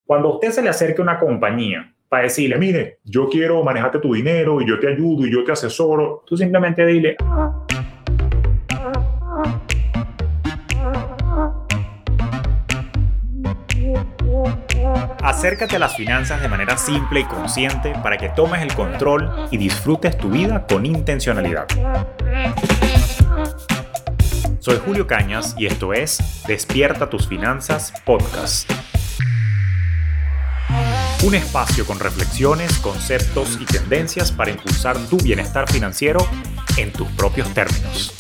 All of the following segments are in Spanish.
Cuando a usted se le acerque una compañía para decirle, mire, yo quiero manejarte tu dinero y yo te ayudo y yo te asesoro, tú simplemente dile, acércate a las finanzas de manera simple y consciente para que tomes el control y disfrutes tu vida con intencionalidad. Soy Julio Cañas y esto es Despierta tus Finanzas Podcast. Un espacio con reflexiones, conceptos y tendencias para impulsar tu bienestar financiero en tus propios términos.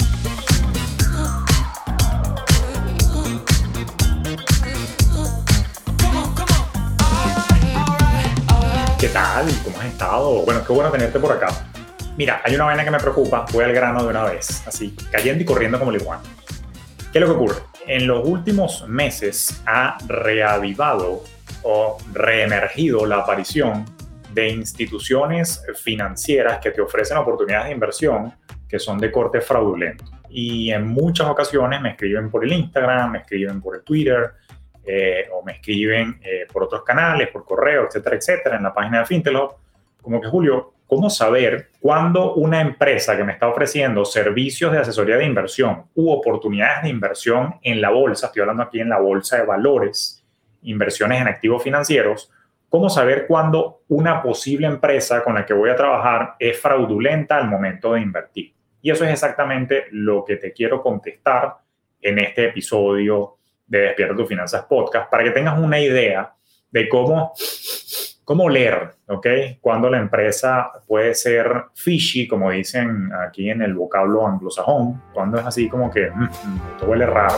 ¿Qué tal? ¿Cómo has estado? Bueno, qué bueno tenerte por acá. Mira, hay una vaina que me preocupa, voy al grano de una vez, así, cayendo y corriendo como el iguana. ¿Qué es lo que ocurre? En los últimos meses ha reavivado o reemergido la aparición de instituciones financieras que te ofrecen oportunidades de inversión que son de corte fraudulento. Y en muchas ocasiones me escriben por el Instagram, me escriben por el Twitter, o me escriben por otros canales, por correo, etcétera, etcétera, en la página de Fintelhub, como que, Julio, ¿cómo saber cuándo una empresa que me está ofreciendo servicios de asesoría de inversión u oportunidades de inversión en la bolsa, estoy hablando aquí en la bolsa de valores, inversiones en activos financieros, cómo saber cuándo una posible empresa con la que voy a trabajar es fraudulenta al momento de invertir? Y eso es exactamente lo que te quiero contestar en este episodio de Despierta tus Finanzas Podcast, para que tengas una idea de cómo leer, ¿ok? Cuando la empresa puede ser fishy, como dicen aquí en el vocablo anglosajón, cuando es así como que esto huele raro.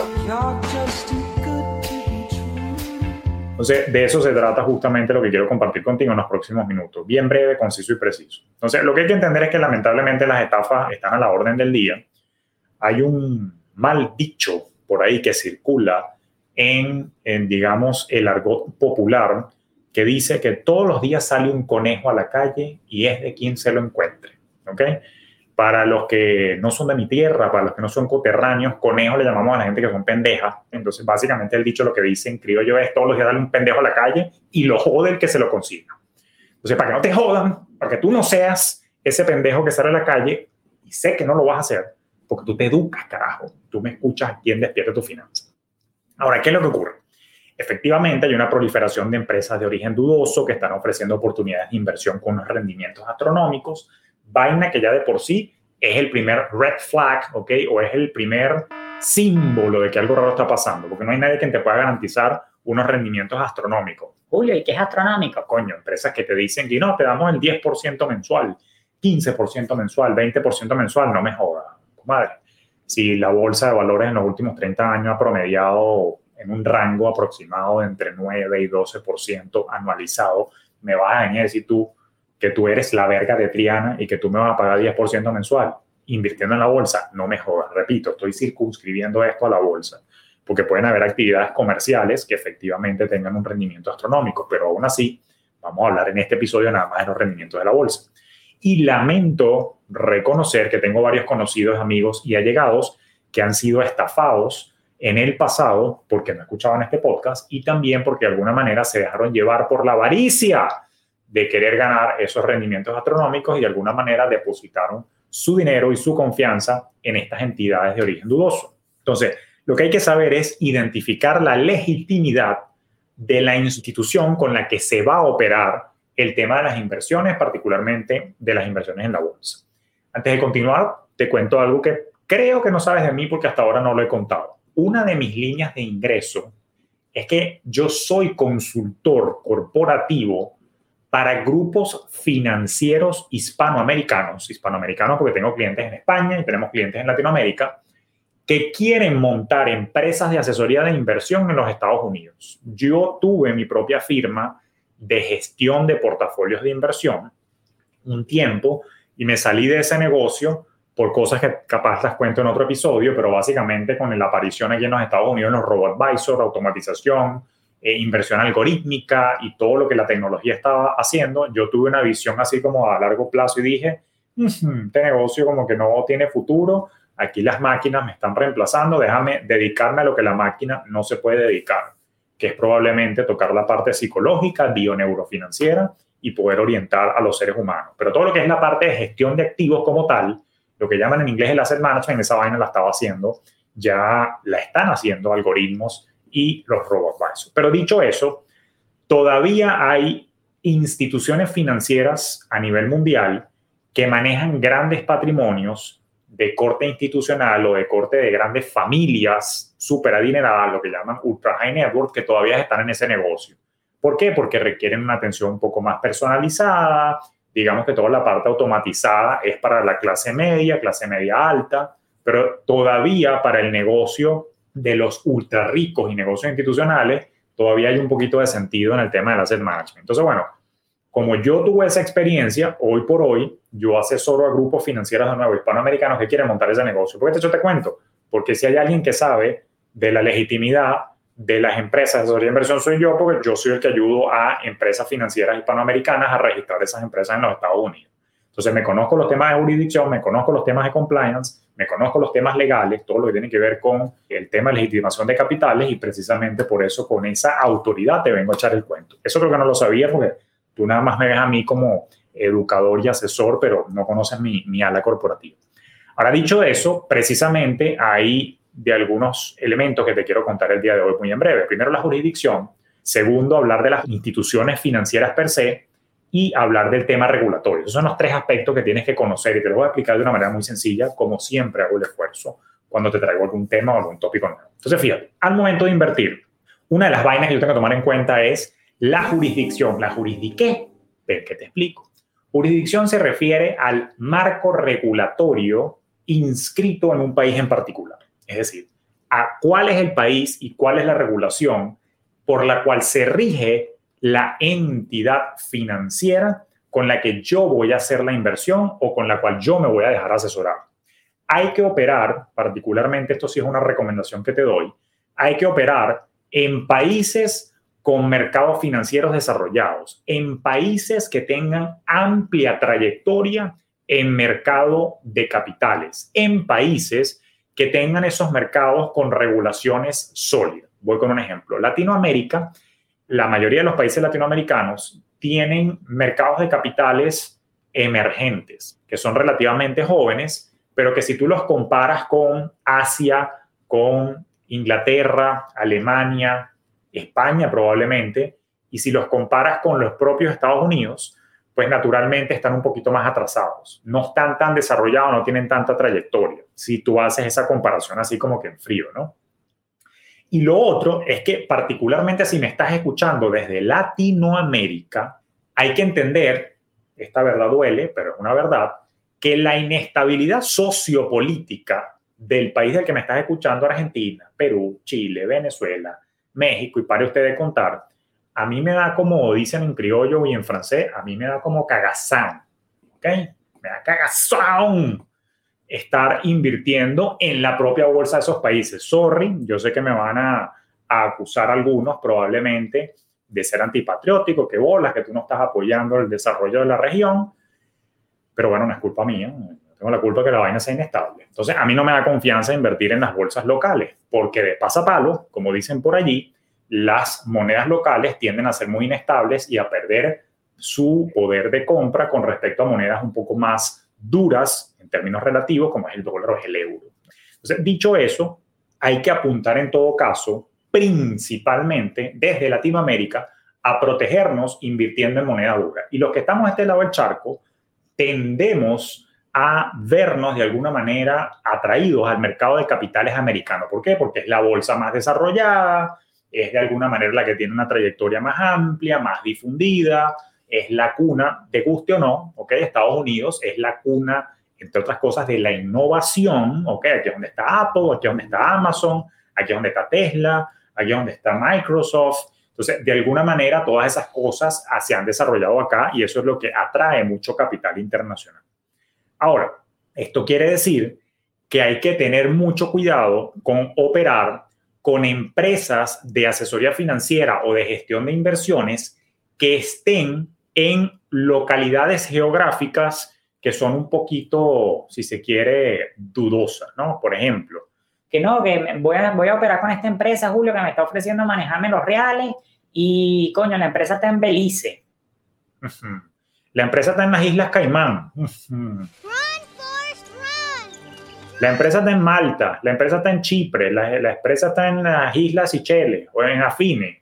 Entonces, de eso se trata justamente lo que quiero compartir contigo en los próximos minutos. Bien breve, conciso y preciso. Entonces, lo que hay que entender es que lamentablemente las estafas están a la orden del día. Hay un mal dicho por ahí que circula en digamos, el argot popular que dice que todos los días sale un conejo a la calle y es de quien se lo encuentre, ¿ok? Para los que no son de mi tierra, para los que no son coterráneos, conejo le llamamos a la gente que son pendejas. Entonces, básicamente el dicho lo que dice en criollo es todos los días dale un pendejo a la calle y lo jode el que se lo consiga. Entonces, para que no te jodan, para que tú no seas ese pendejo que sale a la calle, y sé que no lo vas a hacer, porque tú te educas, carajo. Tú me escuchas aquí en Despierta tu Finanza. Ahora, ¿qué es lo que ocurre? Efectivamente, hay una proliferación de empresas de origen dudoso que están ofreciendo oportunidades de inversión con unos rendimientos astronómicos, vaina que ya de por sí es el primer red flag, ¿ok? O es el primer símbolo de que algo raro está pasando, porque no hay nadie que te pueda garantizar unos rendimientos astronómicos. Julio, ¿y qué es astronómico? Coño, empresas que te dicen que no, te damos el 10% mensual, 15% mensual, 20% mensual, no me jodas, comadre. Si la bolsa de valores en los últimos 30 años ha promediado en un rango aproximado de entre 9 y 12% anualizado, me vas a venir a decir tú que tú eres la verga de Triana y que tú me vas a pagar 10% mensual invirtiendo en la bolsa. No me jodas, repito, estoy circunscribiendo esto a la bolsa, porque pueden haber actividades comerciales que efectivamente tengan un rendimiento astronómico, pero aún así vamos a hablar en este episodio nada más de los rendimientos de la bolsa. Y lamento reconocer que tengo varios conocidos, amigos y allegados que han sido estafados en el pasado porque no escuchaban este podcast y también porque de alguna manera se dejaron llevar por la avaricia de querer ganar esos rendimientos astronómicos y de alguna manera depositaron su dinero y su confianza en estas entidades de origen dudoso. Entonces, lo que hay que saber es identificar la legitimidad de la institución con la que se va a operar el tema de las inversiones, particularmente de las inversiones en la bolsa. Antes de continuar, te cuento algo que creo que no sabes de mí porque hasta ahora no lo he contado. Una de mis líneas de ingreso es que yo soy consultor corporativo para grupos financieros hispanoamericanos porque tengo clientes en España y tenemos clientes en Latinoamérica, que quieren montar empresas de asesoría de inversión en los Estados Unidos. Yo tuve mi propia firma de gestión de portafolios de inversión un tiempo y me salí de ese negocio por cosas que capaz las cuento en otro episodio, pero básicamente con la aparición aquí en los Estados Unidos de los robo-advisor, automatización, inversión algorítmica y todo lo que la tecnología estaba haciendo, yo tuve una visión así como a largo plazo y dije, este negocio como que no tiene futuro, aquí las máquinas me están reemplazando, déjame dedicarme a lo que la máquina no se puede dedicar. que es probablemente tocar la parte psicológica, bioneurofinanciera y poder orientar a los seres humanos. Pero todo lo que es la parte de gestión de activos como tal, lo que llaman en inglés el asset management, esa vaina la estaba haciendo, ya la están haciendo algoritmos y los robo-advisors. Pero dicho eso, todavía hay instituciones financieras a nivel mundial que manejan grandes patrimonios de corte institucional o de corte de grandes familias súper adineradas, lo que llaman ultra high net worth, que todavía están en ese negocio. ¿Por qué? Porque requieren una atención un poco más personalizada. Digamos que toda la parte automatizada es para la clase media alta, pero todavía para el negocio de los ultra ricos y negocios institucionales, todavía hay un poquito de sentido en el tema del asset management. Entonces, bueno, como yo tuve esa experiencia, hoy por hoy, yo asesoro a grupos financieros de nuevo hispanoamericanos que quieren montar ese negocio. ¿Por qué te cuento? Porque si hay alguien que sabe de la legitimidad de las empresas de asesoría de inversión, soy yo, porque yo soy el que ayudo a empresas financieras hispanoamericanas a registrar esas empresas en los Estados Unidos. Entonces, me conozco los temas de jurisdicción, me conozco los temas de compliance, me conozco los temas legales, todo lo que tiene que ver con el tema de legitimación de capitales, y precisamente por eso, con esa autoridad, te vengo a echar el cuento. Eso creo que no lo sabía, porque tú nada más me ves a mí como educador y asesor, pero no conoces mi ala corporativa. Ahora, dicho eso, precisamente hay de algunos elementos que te quiero contar el día de hoy muy en breve. Primero, la jurisdicción. Segundo, hablar de las instituciones financieras per se. Y hablar del tema regulatorio. Esos son los tres aspectos que tienes que conocer, y te los voy a explicar de una manera muy sencilla, como siempre hago el esfuerzo cuando te traigo algún tema o algún tópico nuevo. Entonces, fíjate, al momento de invertir, una de las vainas que yo tengo que tomar en cuenta es la jurisdicción. ¿La jurisdiqué? Ven que te explico. Jurisdicción se refiere al marco regulatorio inscrito en un país en particular. Es decir, a cuál es el país y cuál es la regulación por la cual se rige la entidad financiera con la que yo voy a hacer la inversión o con la cual yo me voy a dejar asesorar. Hay que operar, particularmente, esto sí es una recomendación que te doy, hay que operar en países con mercados financieros desarrollados, en países que tengan amplia trayectoria en mercado de capitales, en países que tengan esos mercados con regulaciones sólidas. Voy con un ejemplo. Latinoamérica, la mayoría de los países latinoamericanos tienen mercados de capitales emergentes, que son relativamente jóvenes, pero que si tú los comparas con Asia, con Inglaterra, Alemania, España probablemente, y si los comparas con los propios Estados Unidos, pues naturalmente están un poquito más atrasados. No están tan desarrollados, no tienen tanta trayectoria, si tú haces esa comparación así como que en frío, ¿no? Y lo otro es que, particularmente si me estás escuchando desde Latinoamérica, hay que entender, esta verdad duele, pero es una verdad, que la inestabilidad sociopolítica del país del que me estás escuchando, Argentina, Perú, Chile, Venezuela, México, y pare usted de contar, a mí me da, como dicen en criollo y en francés, a mí me da como cagazán, ¿ok? Me da cagazón estar invirtiendo en la propia bolsa de esos países. Sorry, yo sé que me van a acusar algunos probablemente de ser antipatriótico, que bolas, que tú no estás apoyando el desarrollo de la región, pero bueno, no es culpa mía, tengo la culpa que la vaina sea inestable. Entonces, a mí no me da confianza invertir en las bolsas locales, porque de pasapalo, como dicen por allí, las monedas locales tienden a ser muy inestables y a perder su poder de compra con respecto a monedas un poco más duras en términos relativos, como es el dólar o es el euro. Entonces, dicho eso, hay que apuntar en todo caso, principalmente desde Latinoamérica, a protegernos invirtiendo en moneda dura. Y los que estamos a este lado del charco, tendemos a vernos de alguna manera atraídos al mercado de capitales americano. ¿Por qué? Porque es la bolsa más desarrollada, es de alguna manera la que tiene una trayectoria más amplia, más difundida, es la cuna, te guste o no, ¿ok? Estados Unidos es la cuna, entre otras cosas, de la innovación, ¿ok? Aquí es donde está Apple, aquí es donde está Amazon, aquí es donde está Tesla, aquí es donde está Microsoft. Entonces, de alguna manera, todas esas cosas se han desarrollado acá y eso es lo que atrae mucho capital internacional. Ahora, esto quiere decir que hay que tener mucho cuidado con operar con empresas de asesoría financiera o de gestión de inversiones que estén en localidades geográficas que son un poquito, si se quiere, dudosas, ¿no? Por ejemplo, que no, que voy a operar con esta empresa, Julio, que me está ofreciendo manejarme los reales y, coño, la empresa está en Belice. La empresa está en las Islas Caimán. La empresa está en Malta, la empresa está en Chipre, la empresa está en las Islas Seychelles o en Afine.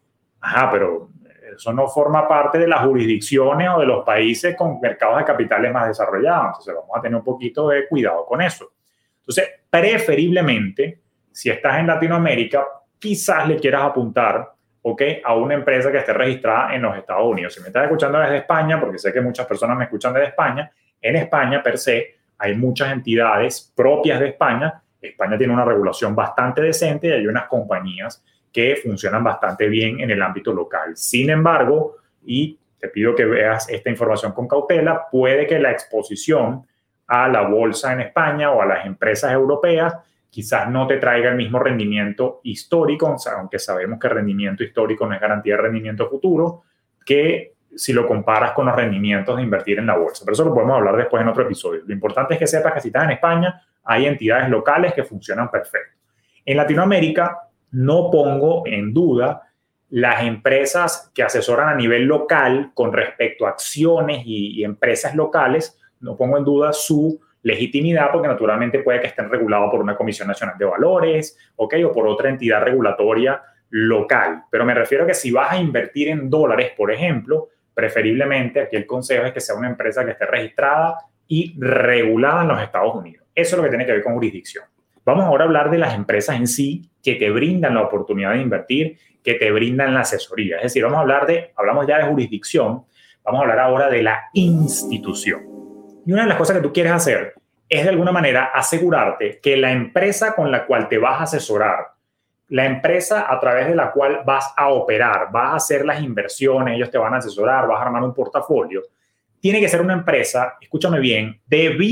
Ajá, pero eso no forma parte de las jurisdicciones o de los países con mercados de capitales más desarrollados. Entonces vamos a tener un poquito de cuidado con eso. Entonces, preferiblemente, si estás en Latinoamérica, quizás le quieras apuntar, ¿ok?, a una empresa que esté registrada en los Estados Unidos. Si me estás escuchando desde España, porque sé que muchas personas me escuchan desde España, en España per se hay muchas entidades propias de España. España tiene una regulación bastante decente y hay unas compañías que funcionan bastante bien en el ámbito local. Sin embargo, y te pido que veas esta información con cautela, puede que la exposición a la bolsa en España o a las empresas europeas quizás no te traiga el mismo rendimiento histórico, aunque sabemos que el rendimiento histórico no es garantía de rendimiento futuro, que si lo comparas con los rendimientos de invertir en la bolsa. Pero eso lo podemos hablar después en otro episodio. Lo importante es que sepas que si estás en España, hay entidades locales que funcionan perfecto. En Latinoamérica, no pongo en duda las empresas que asesoran a nivel local con respecto a acciones y empresas locales. No pongo en duda su legitimidad porque naturalmente puede que estén regulados por una Comisión Nacional de Valores, ¿okay?, o por otra entidad regulatoria local. Pero me refiero a que si vas a invertir en dólares, por ejemplo, preferiblemente aquí el consejo es que sea una empresa que esté registrada y regulada en los Estados Unidos. Eso es lo que tiene que ver con jurisdicción. Vamos ahora a hablar de las empresas en sí que te brindan la oportunidad de invertir, que te brindan la asesoría. Es decir, hablamos ya de jurisdicción, vamos a hablar ahora de la institución. Y una de las cosas que tú quieres hacer es de alguna manera asegurarte que la empresa con la cual te vas a asesorar, la empresa a través de la cual vas a operar, vas a hacer las inversiones, ellos te van a asesorar, vas a armar un portafolio, tiene que ser una empresa, escúchame bien,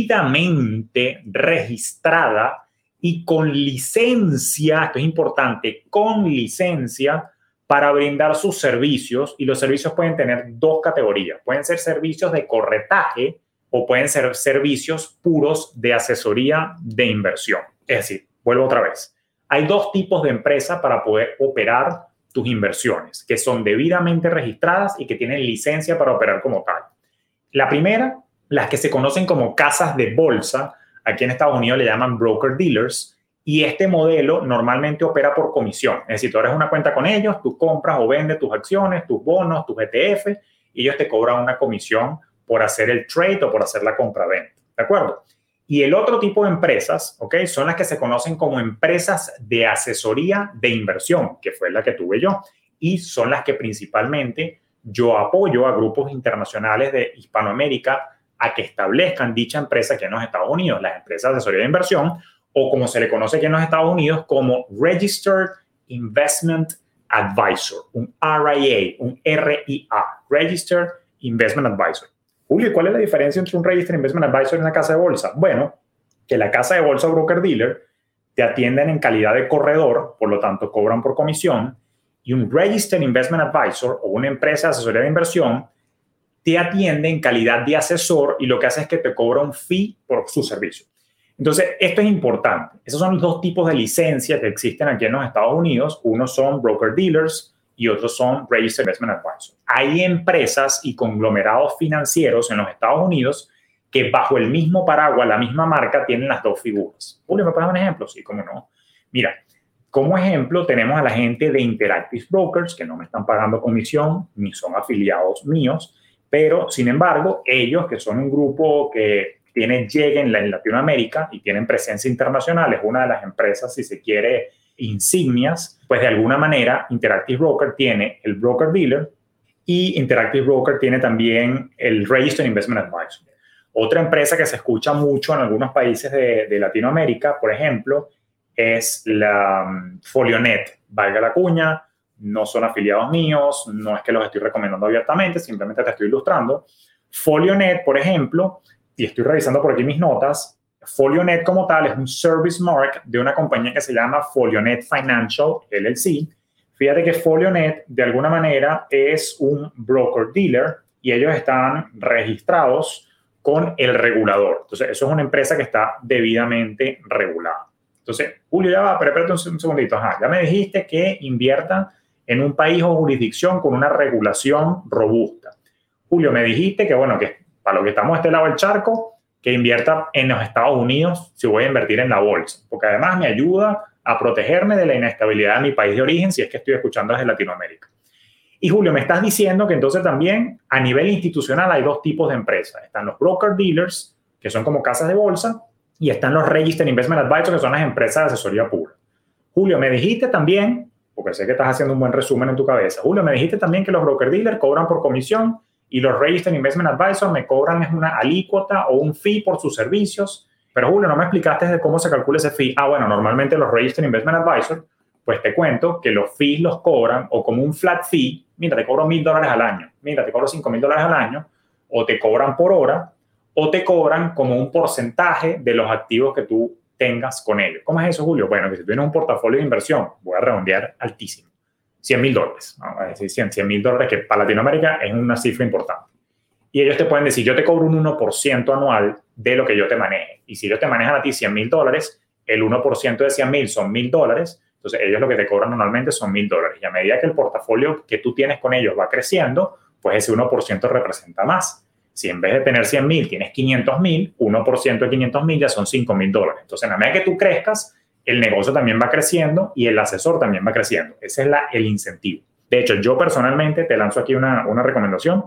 debidamente registrada y con licencia, esto es importante, con licencia para brindar sus servicios. Y los servicios pueden tener dos categorías. Pueden ser servicios de corretaje o pueden ser servicios puros de asesoría de inversión. Es decir, vuelvo otra vez. Hay dos tipos de empresas para poder operar tus inversiones, que son debidamente registradas y que tienen licencia para operar como tal. La primera, las que se conocen como casas de bolsa, aquí en Estados Unidos le llaman broker dealers, y este modelo normalmente opera por comisión. Es decir, tú abres una cuenta con ellos, tú compras o vendes tus acciones, tus bonos, tus ETF, y ellos te cobran una comisión por hacer el trade o por hacer la compra-venta. ¿De acuerdo? Y el otro tipo de empresas, ¿ok?, son las que se conocen como empresas de asesoría de inversión, que fue la que tuve yo, y son las que principalmente yo apoyo a grupos internacionales de Hispanoamérica a que establezcan dicha empresa aquí en los Estados Unidos, las empresas de asesoría de inversión, o como se le conoce aquí en los Estados Unidos como Registered Investment Advisor, un RIA, un RIA, Registered Investment Advisor. Julio, ¿cuál es la diferencia entre un Registered Investment Advisor y una casa de bolsa? Bueno, que la casa de bolsa o broker dealer te atienden en calidad de corredor, por lo tanto cobran por comisión, y un Registered Investment Advisor o una empresa de asesoría de inversión te atiende en calidad de asesor y lo que hace es que te cobra un fee por su servicio. Entonces, esto es importante. Esos son los dos tipos de licencias que existen aquí en los Estados Unidos. Unos son broker dealers y otros son Registered Investment Advisors. Hay empresas y conglomerados financieros en los Estados Unidos que bajo el mismo paraguas, la misma marca, tienen las dos figuras. Julio, ¿me puedes dar un ejemplo? Sí, cómo no. Mira, como ejemplo tenemos a la gente de Interactive Brokers, que no me están pagando comisión, ni son afiliados míos, pero sin embargo, ellos, que son un grupo que tiene llegue en Latinoamérica y tienen presencia internacional, es una de las empresas, si se quiere, insignias, pues de alguna manera Interactive Broker tiene el broker dealer y Interactive Broker tiene también el Registered Investment Advisor. Otra empresa que se escucha mucho en algunos países de Latinoamérica, por ejemplo, es la Folionet, valga la cuña, no son afiliados míos, no es que los estoy recomendando abiertamente, simplemente te estoy ilustrando. Folionet, por ejemplo, y estoy revisando por aquí mis notas, Folionet como tal es un service mark de una compañía que se llama Folionet Financial LLC. Fíjate que Folionet de alguna manera es un broker dealer y ellos están registrados con el regulador. Entonces, eso es una empresa que está debidamente regulada. Entonces, Julio, ya va, pero espérate un segundito. Ajá, ya me dijiste que invierta en un país o jurisdicción con una regulación robusta. Julio, me dijiste que, bueno, que para lo que estamos de este lado del charco, que invierta en los Estados Unidos si voy a invertir en la bolsa, porque además me ayuda a protegerme de la inestabilidad de mi país de origen si es que estoy escuchando desde Latinoamérica. Y Julio, me estás diciendo que entonces también a nivel institucional hay dos tipos de empresas. Están los broker dealers, que son como casas de bolsa, y están los registered investment advisors, que son las empresas de asesoría pura. Julio, me dijiste también, porque sé que estás haciendo un buen resumen en tu cabeza, Julio, me dijiste también que los broker dealers cobran por comisión y los registered investment advisors me cobran una alícuota o un fee por sus servicios. Pero Julio, no me explicaste de cómo se calcula ese fee. Bueno, normalmente los registered investment advisors, pues te cuento que los fees los cobran o como un flat fee. Mira, te cobro $1,000 al año. Mira, te cobro $5,000 al año. O te cobran por hora o te cobran como un porcentaje de los activos que tú tengas con ellos. ¿Cómo es eso, Julio? Bueno, que si tú tienes un portafolio de inversión, voy a redondear altísimo, $100,000, ¿no? Es decir, $100,000, que para Latinoamérica es una cifra importante. Y ellos te pueden decir, yo te cobro un 1% anual de lo que yo te maneje. Y si ellos te manejan a ti $100,000, el 1% de 100,000 son $1,000. Entonces, ellos lo que te cobran normalmente son $1,000. Y a medida que el portafolio que tú tienes con ellos va creciendo, pues ese 1% representa más. Si en vez de tener 100,000 tienes 500,000, 1% de 500,000 ya son $5,000. Entonces, a medida que tú crezcas, el negocio también va creciendo y el asesor también va creciendo. Ese es el incentivo. De hecho, yo personalmente te lanzo aquí una recomendación.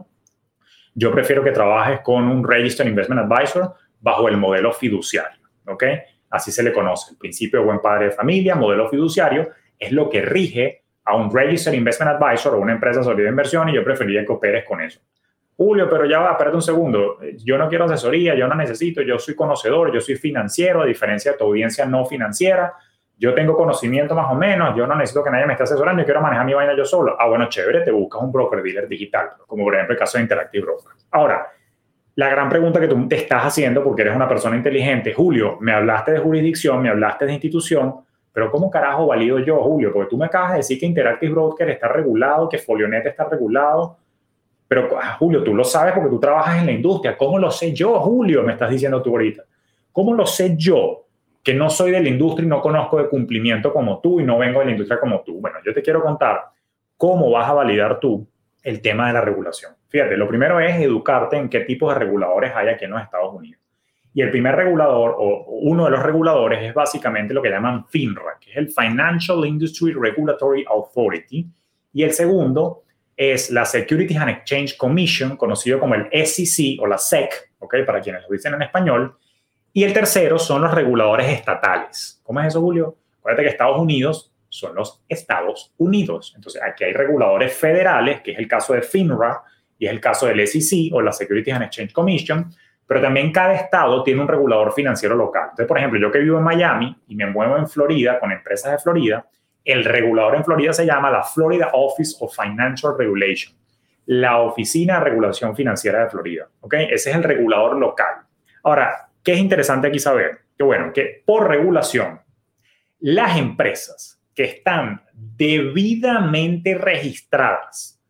Yo prefiero que trabajes con un Registered Investment Advisor bajo el modelo fiduciario, ¿ok? Así se le conoce. El principio de buen padre de familia, modelo fiduciario, es lo que rige a un Registered Investment Advisor o una empresa sólida de inversión y yo preferiría que operes con eso. Julio, pero ya va, espérate un segundo. Yo no quiero asesoría, yo no necesito, yo soy conocedor, yo soy financiero, a diferencia de tu audiencia no financiera. Yo tengo conocimiento más o menos, yo no necesito que nadie me esté asesorando, yo quiero manejar mi vaina yo solo. Bueno, chévere, te buscas un broker dealer digital, como por ejemplo el caso de Interactive Brokers. Ahora, la gran pregunta que tú te estás haciendo, porque eres una persona inteligente, Julio, me hablaste de jurisdicción, me hablaste de institución, pero ¿cómo carajo valido yo, Julio? Porque tú me acabas de decir que Interactive Brokers está regulado, que Folionet está regulado. Pero, Julio, tú lo sabes porque tú trabajas en la industria. ¿Cómo lo sé yo, Julio? Me estás diciendo tú ahorita. ¿Cómo lo sé yo que no soy de la industria y no conozco de cumplimiento como tú y no vengo de la industria como tú? Bueno, yo te quiero contar cómo vas a validar tú el tema de la regulación. Fíjate, lo primero es educarte en qué tipos de reguladores hay aquí en los Estados Unidos. Y el primer regulador, o uno de los reguladores, es básicamente lo que llaman FINRA, que es el Financial Industry Regulatory Authority. Y el segundo es la Securities and Exchange Commission, conocido como el SEC o la SEC, ¿okay? Para quienes lo dicen en español. Y el tercero son los reguladores estatales. ¿Cómo es eso, Julio? Acuérdate que Estados Unidos son los Estados Unidos. Entonces, aquí hay reguladores federales, que es el caso de FINRA y es el caso del SEC o la Securities and Exchange Commission, pero también cada estado tiene un regulador financiero local. Entonces, por ejemplo, yo que vivo en Miami y me muevo en Florida con empresas de Florida, el regulador en Florida se llama la Florida Office of Financial Regulation, la Oficina de Regulación Financiera de Florida. ¿Okay? Ese es el regulador local. Ahora, ¿qué es interesante aquí saber? Que bueno, que por regulación, las empresas que están debidamente registradas,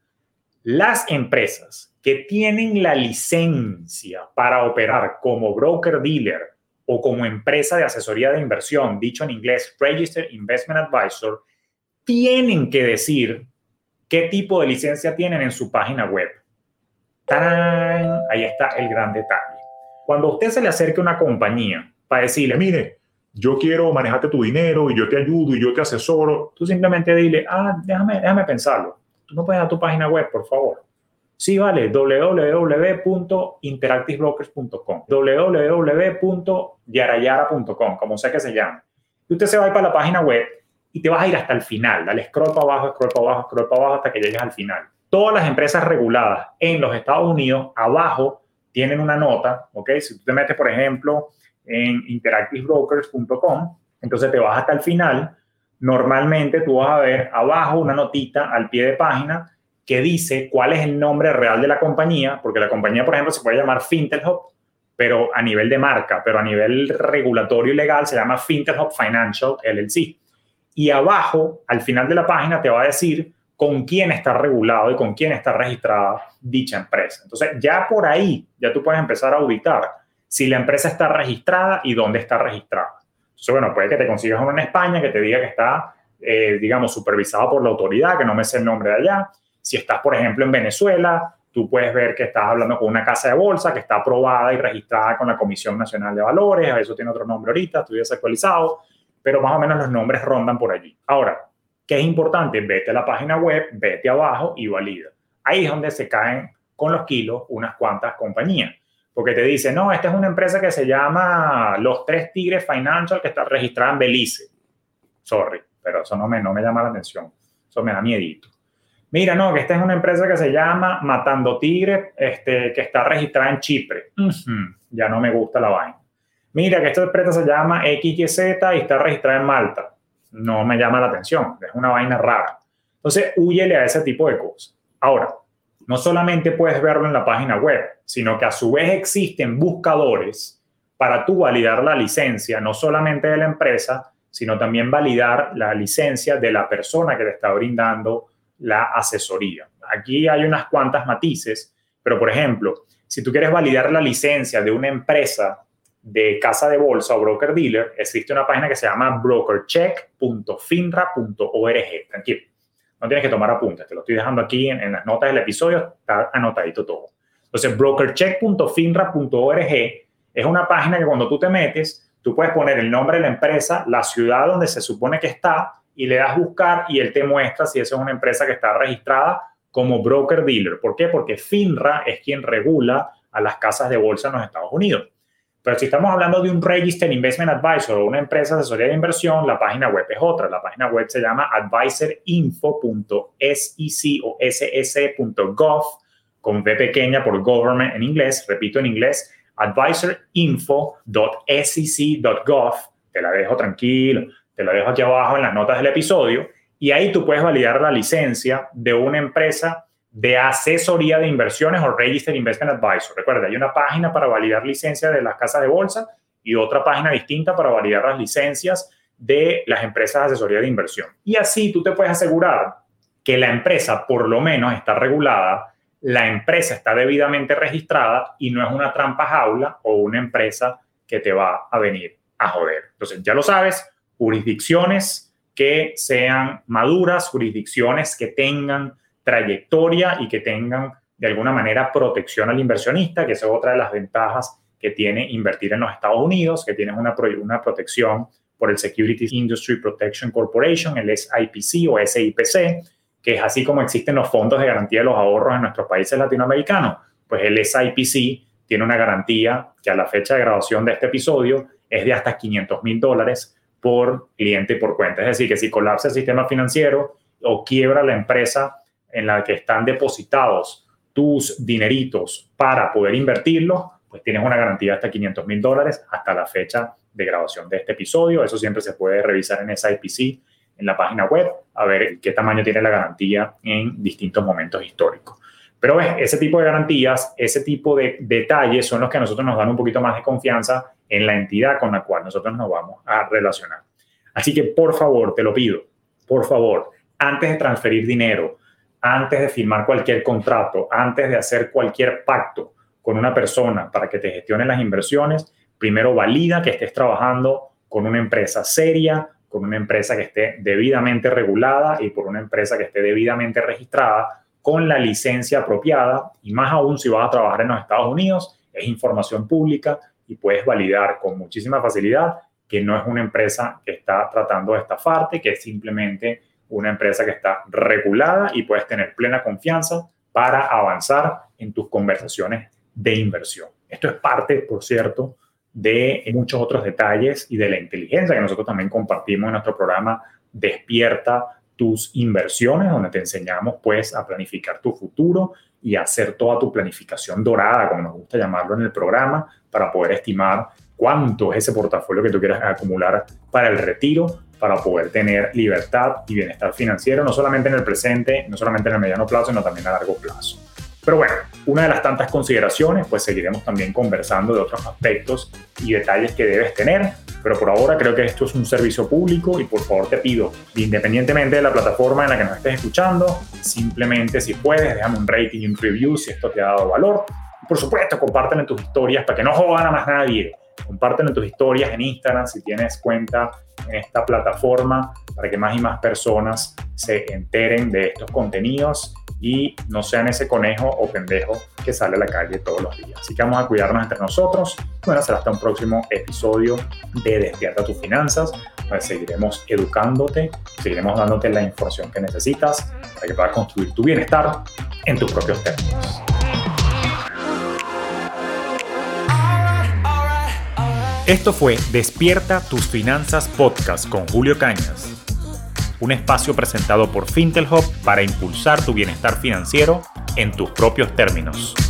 las empresas que tienen la licencia para operar como broker dealer o como empresa de asesoría de inversión, dicho en inglés, Registered Investment Advisor, tienen que decir qué tipo de licencia tienen en su página web. ¡Tarán! Ahí está el gran detalle. Cuando a usted se le acerque una compañía para decirle, mire, yo quiero manejarte tu dinero y yo te ayudo y yo te asesoro, tú simplemente dile, déjame pensarlo. ¿Tú me puedes dar tu página web, por favor? Sí, vale, www.interactivebrokers.com, www.yarayara.com, como sea que se llame. Y usted se va a ir para la página web y te vas a ir hasta el final. Dale scroll para abajo, scroll para abajo, scroll para abajo hasta que llegues al final. Todas las empresas reguladas en los Estados Unidos, abajo, tienen una nota, ¿ok? Si tú te metes, por ejemplo, en interactivebrokers.com, entonces te vas hasta el final. Normalmente tú vas a ver abajo una notita al pie de página que dice cuál es el nombre real de la compañía, porque la compañía, por ejemplo, se puede llamar FinTechHub, pero a nivel de marca, pero a nivel regulatorio y legal se llama FinTechHub Financial LLC. Y abajo, al final de la página, te va a decir con quién está regulado y con quién está registrada dicha empresa. Entonces, ya por ahí, ya tú puedes empezar a auditar si la empresa está registrada y dónde está registrada. Entonces, bueno, puede que te consigas uno en España que te diga que está, digamos, supervisado por la autoridad, que no me sé el nombre de allá. Si estás, por ejemplo, en Venezuela, tú puedes ver que estás hablando con una casa de bolsa que está aprobada y registrada con la Comisión Nacional de Valores. Eso tiene otro nombre ahorita, estoy desactualizado, pero más o menos los nombres rondan por allí. Ahora, ¿qué es importante? Vete a la página web, vete abajo y valida. Ahí es donde se caen con los kilos unas cuantas compañías. Porque te dicen, no, esta es una empresa que se llama Los Tres Tigres Financial, que está registrada en Belice. Sorry, pero eso no me llama la atención. Eso me da miedito. Mira, no, que esta es una empresa que se llama Matando Tigres, que está registrada en Chipre. Ya no me gusta la vaina. Mira, que esta empresa se llama XYZ y está registrada en Malta. No me llama la atención. Es una vaina rara. Entonces, húyele a ese tipo de cosas. Ahora, no solamente puedes verlo en la página web, sino que a su vez existen buscadores para tú validar la licencia, no solamente de la empresa, sino también validar la licencia de la persona que te está brindando la asesoría. Aquí hay unas cuantas matices, pero por ejemplo, si tú quieres validar la licencia de una empresa de casa de bolsa o broker dealer, existe una página que se llama brokercheck.finra.org. Tranquilo, no tienes que tomar apuntes, te lo estoy dejando aquí en las notas del episodio, está anotadito todo. Entonces, brokercheck.finra.org es una página que cuando tú te metes, tú puedes poner el nombre de la empresa, la ciudad donde se supone que está, y le das buscar y él te muestra si esa es una empresa que está registrada como broker dealer. ¿Por qué? Porque FINRA es quien regula a las casas de bolsa en los Estados Unidos. Pero si estamos hablando de un Registered Investment Advisor o una empresa de asesoría de inversión, la página web es otra. La página web se llama advisorinfo.sec o ss.gov, con V pequeña por government en inglés. Repito en inglés, advisorinfo.sec.gov. Te la dejo tranquilo. Te lo dejo aquí abajo en las notas del episodio y ahí tú puedes validar la licencia de una empresa de asesoría de inversiones o Registered Investment Advisor. Recuerda, hay una página para validar licencias de las casas de bolsa y otra página distinta para validar las licencias de las empresas de asesoría de inversión. Y así tú te puedes asegurar que la empresa por lo menos está regulada, la empresa está debidamente registrada y no es una trampa jaula o una empresa que te va a venir a joder. Entonces, ya lo sabes, jurisdicciones que sean maduras, jurisdicciones que tengan trayectoria y que tengan de alguna manera protección al inversionista, que esa es otra de las ventajas que tiene invertir en los Estados Unidos, que tienes una protección por el Securities Industry Protection Corporation, el SIPC o SIPC, que es así como existen los fondos de garantía de los ahorros en nuestros países latinoamericanos. Pues el SIPC tiene una garantía que a la fecha de grabación de este episodio es de hasta $500,000 por cliente y por cuenta. Es decir, que si colapsa el sistema financiero o quiebra la empresa en la que están depositados tus dineritos para poder invertirlos, pues tienes una garantía de hasta $500,000 hasta la fecha de grabación de este episodio. Eso siempre se puede revisar en SIPC, en la página web, a ver qué tamaño tiene la garantía en distintos momentos históricos. Pero ves, ese tipo de garantías, ese tipo de detalles son los que a nosotros nos dan un poquito más de confianza en la entidad con la cual nosotros nos vamos a relacionar. Así que, por favor, te lo pido, por favor, antes de transferir dinero, antes de firmar cualquier contrato, antes de hacer cualquier pacto con una persona para que te gestione las inversiones, primero valida que estés trabajando con una empresa seria, con una empresa que esté debidamente regulada y por una empresa que esté debidamente registrada con la licencia apropiada, y más aún si vas a trabajar en los Estados Unidos, es información pública y puedes validar con muchísima facilidad que no es una empresa que está tratando de estafarte, que es simplemente una empresa que está regulada y puedes tener plena confianza para avanzar en tus conversaciones de inversión. Esto es parte, por cierto, de muchos otros detalles y de la inteligencia que nosotros también compartimos en nuestro programa Despierta tus inversiones, donde te enseñamos pues a planificar tu futuro y a hacer toda tu planificación dorada, como nos gusta llamarlo en el programa, para poder estimar cuánto es ese portafolio que tú quieras acumular para el retiro, para poder tener libertad y bienestar financiero, no solamente en el presente, no solamente en el mediano plazo, sino también a largo plazo. Pero bueno, una de las tantas consideraciones, pues seguiremos también conversando de otros aspectos y detalles que debes tener, pero por ahora creo que esto es un servicio público y por favor te pido, independientemente de la plataforma en la que nos estés escuchando, simplemente si puedes, déjame un rating y un review si esto te ha dado valor. Y por supuesto, compártelo en tus historias para que no jodan a más nadie compártelo en tus historias en Instagram si tienes cuenta en esta plataforma para que más y más personas se enteren de estos contenidos y no sean ese conejo o pendejo que sale a la calle todos los días. Así que vamos a cuidarnos entre nosotros. Bueno, será hasta un próximo episodio de Despierta tus finanzas. Pues seguiremos educándote, seguiremos dándote la información que necesitas para que puedas construir tu bienestar en tus propios términos. Esto fue Despierta tus finanzas podcast con Julio Cañas. Un espacio presentado por Fintelhub para impulsar tu bienestar financiero en tus propios términos.